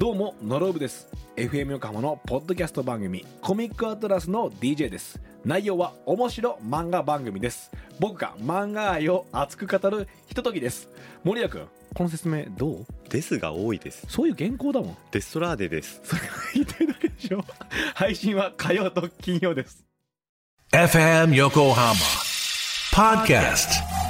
どうもノロブです。 FM 横浜のポッドキャスト番組コミックアトラスの DJ です。内容は面白漫画番組です。僕が漫画愛を熱く語るひとときです。森谷君、この説明どう？ ですが多いです。 そういう原稿だもん。 デストラーデです。 それが言いたいだけでしょ。配信は火曜と金曜です。 FM Yokohama Podcast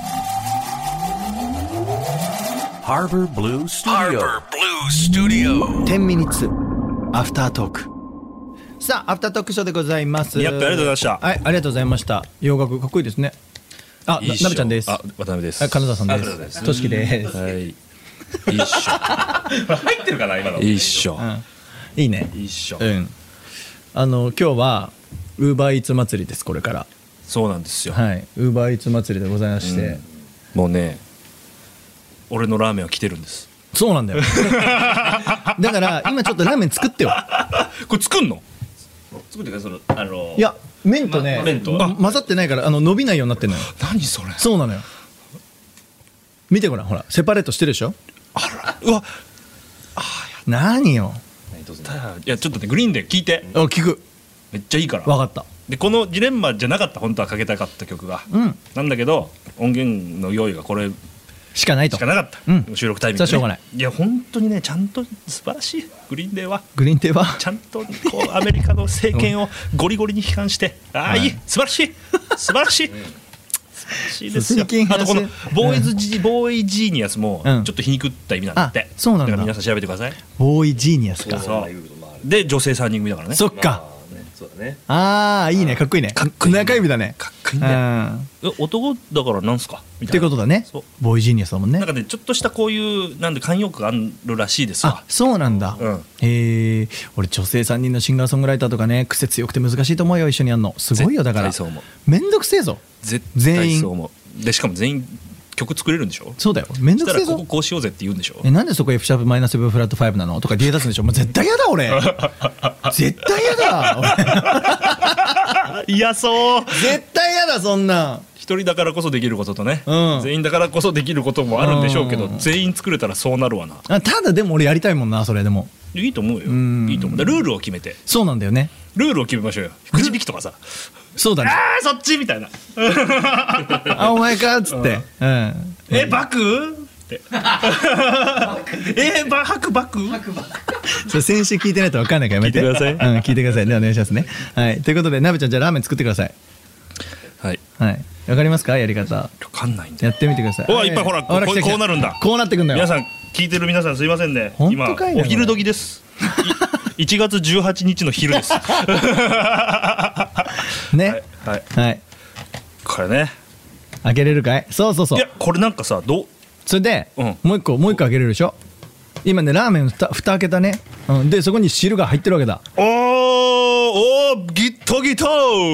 Harbor Blue Studio 10ミニッツアフタートーク。さあアフタートークショーでございます。 200回ありがとうございました。 はい、ありがとうございました。洋楽かっこいいですね。あ、なべちゃんです。 あ、渡辺です。 はい、金沢さんです。としきです。 はい。いいっしょ。入ってるかな今の。いいっしょ。 いいね。 いいっしょ。 うん。今日はウーバーイーツ祭りです。これから。 そうなんですよ。 はい。ウーバーイーツ祭りでございまして、 もうね、俺のラーメンは来てるんです。 そうなんだよ。だから今ちょっとラーメン作ってよ。 これ作んの？ 作ってかいや麺とね、 麺と混ざってないから伸びないようになってんのよ。 何それ？ そうなのよ。見てごらん、ほらセパレートしてるでしょ。 あら、うわ、 何よ。 いやちょっとねグリーンで聞いて。 あ、聞く。 めっちゃいいから。 分かった。 でこのジレンマじゃなかった、本当はかけたかった曲が、なんだけど音源の用意がこれしかないと。 しかなかった、収録タイミングで、ね、 それはしょうがない。 いや本当にね、ちゃんと素晴らしい。グリーンデーはちゃんとこうアメリカの政権をゴリゴリに批判していい、素晴らしい素晴らしい、素晴らしいですよ。あとこのボーイジーニアスもちょっと皮肉った意味なんだって。 そうなんだ。 だから皆さん調べてください。 ボーイジーニアスか。 そうで女性3人組だからね。 そっか。 そうだね。 ああ、いいね、かっこいいね。 かっこいいね。 中指だね。 かっこいいね。男だからなんすかみたいな。 ってことだね。ボーイジーニアスだもんね。 なんかね、ちょっとしたこういうなんで慣用句があるらしいですわ。 あ、そうなんだ。俺女性3人のシンガーソングライターとかね、癖強くて難しいと思うよ。一緒にやんのすごいよ。だからめんどくせえぞ。 絶対そう思う。でしかも全員曲作れるんでしょ。 そうだよ。めんどくせえぞ。 こここうしようぜって言うんでしょ。 なんでそこ F シャープマイナス7フラット5なのとか理由出すんでしょ。もう絶対やだ俺。絶対やだ。 嫌そう。 絶対やだそんな。 一人だからこそできることとね、全員だからこそできることもあるんでしょうけど、全員作れたらそうなるわな。 ただでも俺やりたいもんな。それでもいいと思うよ。いいと思う。ルールを決めて。 そうなんだよね。 ルールを決めましょうよ。くじ引きとかさ。 そうだね。 そっちみたいな。 あ、お前かっつって。 バクってバクそれ先週聞いてないと分かんないからやめて。 聞いてください。 聞いてください。ではお願いしますね。はい。ということでなべちゃん、じゃあラーメン作ってください。 はいはい。わかりますか、やり方。 わかんないんで。 やってみてください。 いっぱいほらこうなるんだ。 こうなってくんだよ。 皆さん聞いてる皆さんすいませんね。今お昼時です。1月18日の昼です。 ね。はい。 これね。 開けれるかい。そう。 いやこれなんかさそれでもう一個開けれるでしょ。今ねラーメン蓋開けたね。でそこに汁が入ってるわけだ。 おギットギト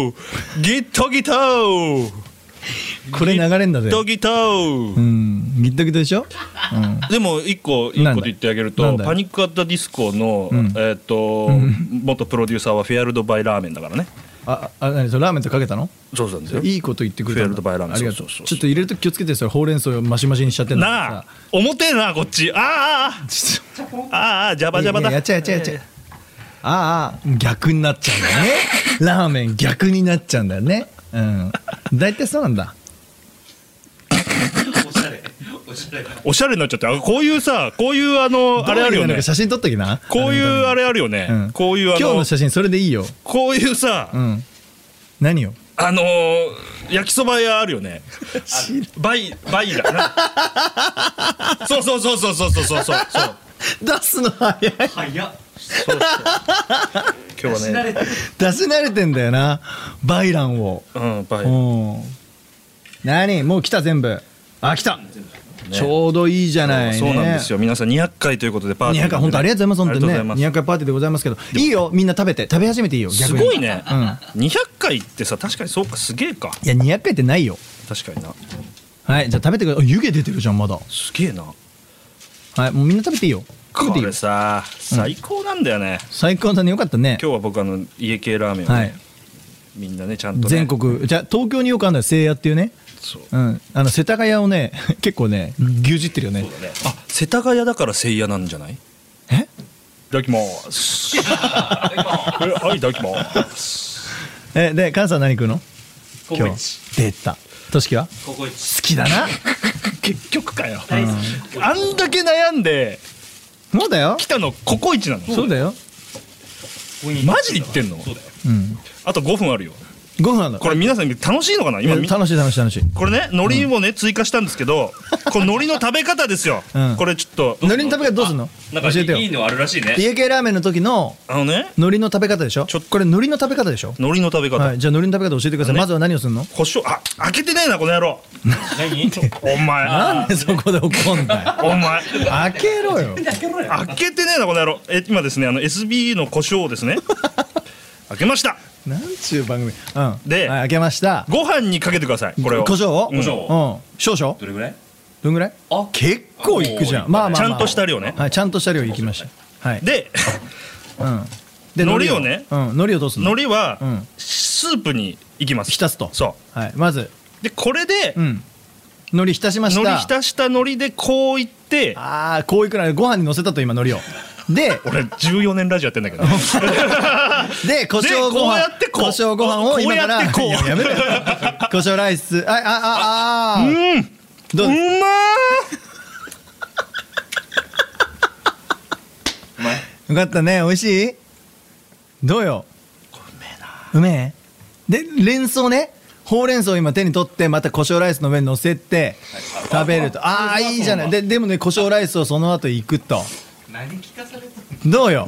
これ流れんだぜ。 ギットギトギットギトでしょ。 でも一個いいこと言ってあげると、パニックアットディスコの元プロデューサーはフェアルドバイラーメンだからね。 何それラーメンとかけたの。 そうなんですよ。 いいこと言ってくれた。 フェアルドバイラーメン。 ありがとう。ちょっと入れると気をつけて。それほうれん草をマシマシにしちゃってんだなあ。重てえなこっち。ジャバジャバだ。 やっちゃ逆になっちゃうんだよね。ラーメン逆になっちゃうんだよね。大体そうなんだ。 おしゃれになっちゃって。こういうさ、こういうあれあるよね。 写真撮っときな。 こういうあれあるよね。こういう今日の写真それでいいよ。 こういうさ、 何よ。 焼きそば屋あるよね。バイだな。そう。 出すの早い。 そう今日はね出し慣れてんだよな、バイランを。 バイ何もう来た全部。来た。ちょうどいいじゃない。 そうなんですよ。皆さん200回ということでパーティー。 200回本当ありがとうございます。本当にね200回パーティーでございますけど、いいよみんな食べ始めていいよ。 すごいね。200回ってさ、確かにそうか、すげえか。 いや200回ってないよ。 確かにな。 はい、じゃあ食べてください。湯気出てるじゃんまだ。 すげえな。 はい、もうみんな食べていいよ。 これさ最高なんだよね。 最高だね。よかったね。 今日は僕家系ラーメンをねみんなねちゃんとね全国、じゃあ東京によくあるんだよ、聖夜っていうね。世田谷をね結構ね牛耳ってるよね。 世田谷だから聖夜なんじゃない？ ただきますはいいただきますで菅さん何食うの？今日出た。としきはココイチ好きだな。 結局かよ、あんだけ悩んでそうだよ。 来たのココイチなの。 そうだよ。 マジで言ってんの？ そうだよ。 あと5分あるよ。 5分なんだ。 これ皆さん楽しいのかな今。 楽しい楽しい楽しい。 これね海苔をね追加したんですけど、この海苔の食べ方ですよ、これちょっと海苔の食べ方どうすんの？ なんか教えてよ。 いいのあるらしいね。 家系ラーメンの時のね海苔の食べ方でしょ。これ海苔の食べ方でしょ。 海苔の食べ方、 はい、じゃあ海苔の食べ方教えてください。まずは何をするの？ 胡椒開けてねえなこの野郎何？ お前なんでそこで怒んだよ。 お前開けろよ。 開けてねえなこの野郎。今ですねSB の胡椒をですね開けました。 なんちゅう番組。 で、 はい、開けました。 ご飯にかけてくださいこれを。 胡椒を？ 胡椒少々？ どれぐらい？ どんぐらい？結構いくじゃん。まあまあちゃんとした量ね。 はい、ちゃんとした量いきました。はい。 でで海苔をね、 海苔をどうすんの？ 海苔はスープにいきます。 浸すと。 そう。 はい。まずでこれで海苔浸しました。 海苔浸した海苔でこういって、 こういくらご飯に乗せたと今海苔を。で俺14年ラジオやってんだけどで胡椒ご飯胡椒ご飯を今からこうやってこうやめろよ。胡椒ライスどうです？ うまよかったね。美味しい？どうよ？うめえ。で連想ね、ほうれん草を今手に取ってまた胡椒ライスの上に乗せて食べるといいじゃない。でもね胡椒ライスをその後いくと何聞かされた？ どうよ？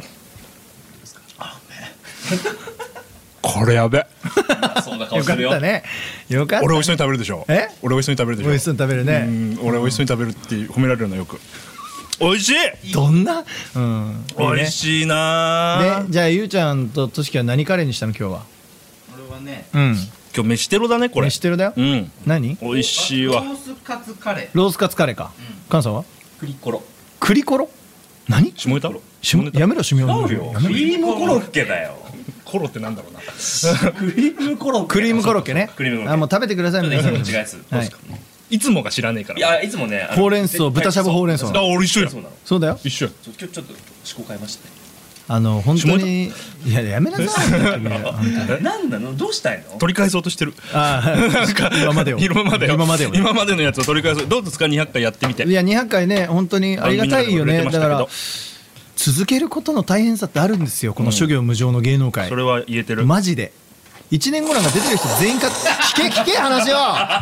これやべ。 そうな顔よかするよ。 ったね。よかった。 俺美味しそうに食べるでしょ。俺美味しそうに食べるでしょ。 美味しそうに食べるね。 俺美味しそうに食べるって褒められるのよく。美味しい。 どんな？ 美味しいな。 じゃあゆうちゃんととしきは何カレーにしたの今日は？ 俺はね、 今日飯テロだねこれ。 飯テロだよ。何？ 美味しいわ。 ロースカツカレー。 ロースカツカレーか。菅さんは？ クリコロ。 クリコロ？何？ 下ネタ？ やめろ下ネタ。 クリームコロッケだよ。 コロってなんだろうな。 クリームコロッケ。 クリームコロッケね。 クリームコロッケ。 もう食べてください皆さん。 違うやつ。 いつもが知らねえから。 いやいつもね。 ほうれん草豚しゃぶほうれん草。 俺一緒や。 そうだよ。 一緒や。 今日ちょっと思考変えましたね。 本当にいやめなさい。 なんなの？どうしたいの？ 取り返そうとしてる。 今までのやつを取り返そう。どうですか200回やってみて。 いや200回ね本当にありがたいよね。だから続けることの大変さってあるんですよこの諸行無常の芸能界。 それは言えてる。 マジで1年後なんか出てる人全員か聞け話を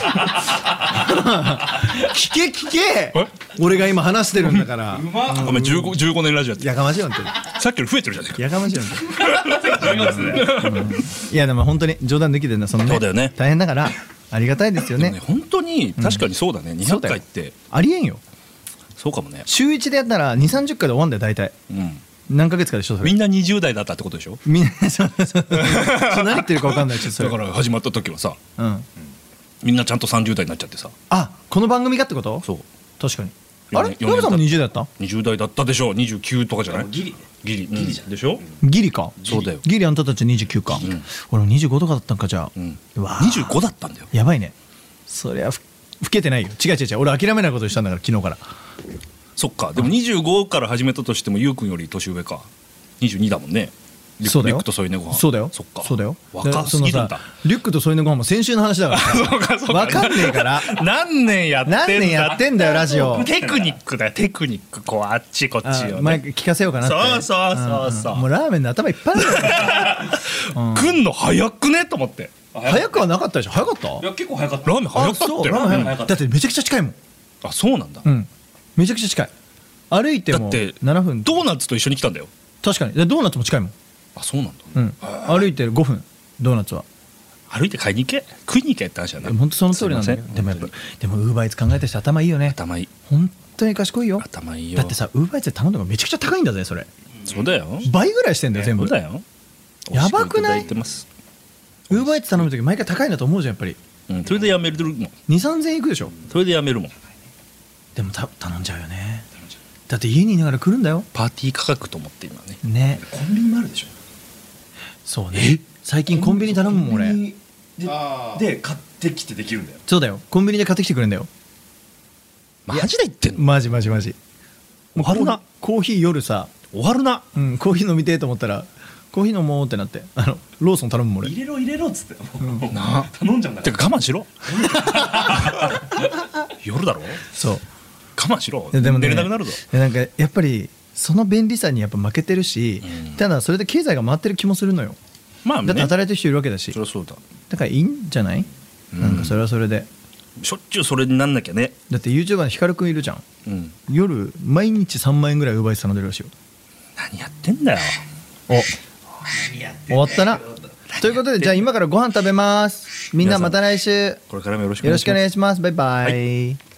聞け俺が今話してるんだから。 ごめん15年ラジオやってやかましい本当に。 さっきより増えてるじゃねえか。 やかましい本当に。いやでも本当に冗談できてるなそのね。 そうだよね。 大変だからありがたいですよね。 本当に確かにそうだね。200回ってありえんよ。 そうかもね。 週1でやったら2、30回で終わんだよ大体。何ヶ月かでしょそれ。 みんな20代だったってことでしょ。 みんなそう何言ってるか分かんないし。 だから始まった時はさみんなちゃんと30代になっちゃってさ。 この番組がってこと？そう確かに。あれノブさんも20代だった ？20代だったでしょ。29とかじゃない？ギリじゃんでしょ。ギリか。そうだよ。ギリあんたたち29か。俺も25とかだったんかじゃあ。25だったんだよ。やばいね。そりゃ老けてないよ。違う俺諦めないことしたんだから昨日から。そっか。でも25から始めたとしてもゆうくんより年上か。22だもんね。そうだよ。リュックと添い寝ご飯。そうだよ。そっか。そうだよ。若すぎるんだ。リュックと添い寝ご飯も先週の話だから。分かんねえから。何年やってんだよラジオ。テクニックだよテクニック。こうあっちこっちを。前聞かせようかなって。そう。もうラーメンの頭いっぱいある。来んの早くねと思って。早くはなかったでしょ。早かった？いや結構早かった。ラーメン早かったよ。ラーメン早かった。だってめちゃくちゃ近いもん。あそうなんだ。めちゃくちゃ近い。歩いても7分。ドーナツと一緒に来たんだよ。確かに。ドーナツも近いもん。あそうなんだ。歩いて5分ドーナツは。歩いて買いに行け食いに行けって話だな。本当その通りなんだよ。でもウーバーイーツ考えた人頭いいよね。頭いい。本当に賢いよ。頭いいよ。だってさウーバーイーツで頼んだのがめちゃくちゃ高いんだぜそれ。そうだよ。倍ぐらいしてんだよ全部。そうだよ。やばくない？ウーバーイーツ頼む時毎回高いなと思うじゃんやっぱり。それでやめるもん。2、3000円いくでしょ。それでやめるもん。でも頼んじゃうよね。だって家にいながら来るんだよ。パーティー価格と思って今ね。ね。コンビニもあるでしょ。そうね。最近コンビニ頼むもん俺。で買ってきてできるんだよ。そうだよ。コンビニで買ってきてくれるんだよ。マジで言ってんの？マジ。もうコーヒー夜さ終わるな。 コーヒー飲みてえと思ったらコーヒー飲もうってなってローソン頼むもん俺。 入れろっつって、 な頼んじゃうんだてか我慢しろ夜だろ。 そう我慢しろ。 でもね、 寝れなくなるぞ。 なんかやっぱりその便利さにやっぱ負けてるし、ただそれで経済が回ってる気もするのよ。 まあね、 だって働いてる人いるわけだし。 そりゃそうだ。 だからいいんじゃない、なんかそれはそれでしょっちゅうそれになんなきゃね。 だって YouTuber のヒカルくんいるじゃん、夜毎日3万円ぐらい奪い頼んでるらしいよ。 何やってんだよ。 終わったな。ということでじゃあ今からご飯食べます。みんなまた来週これからもよろしくお願いします。バイバイ、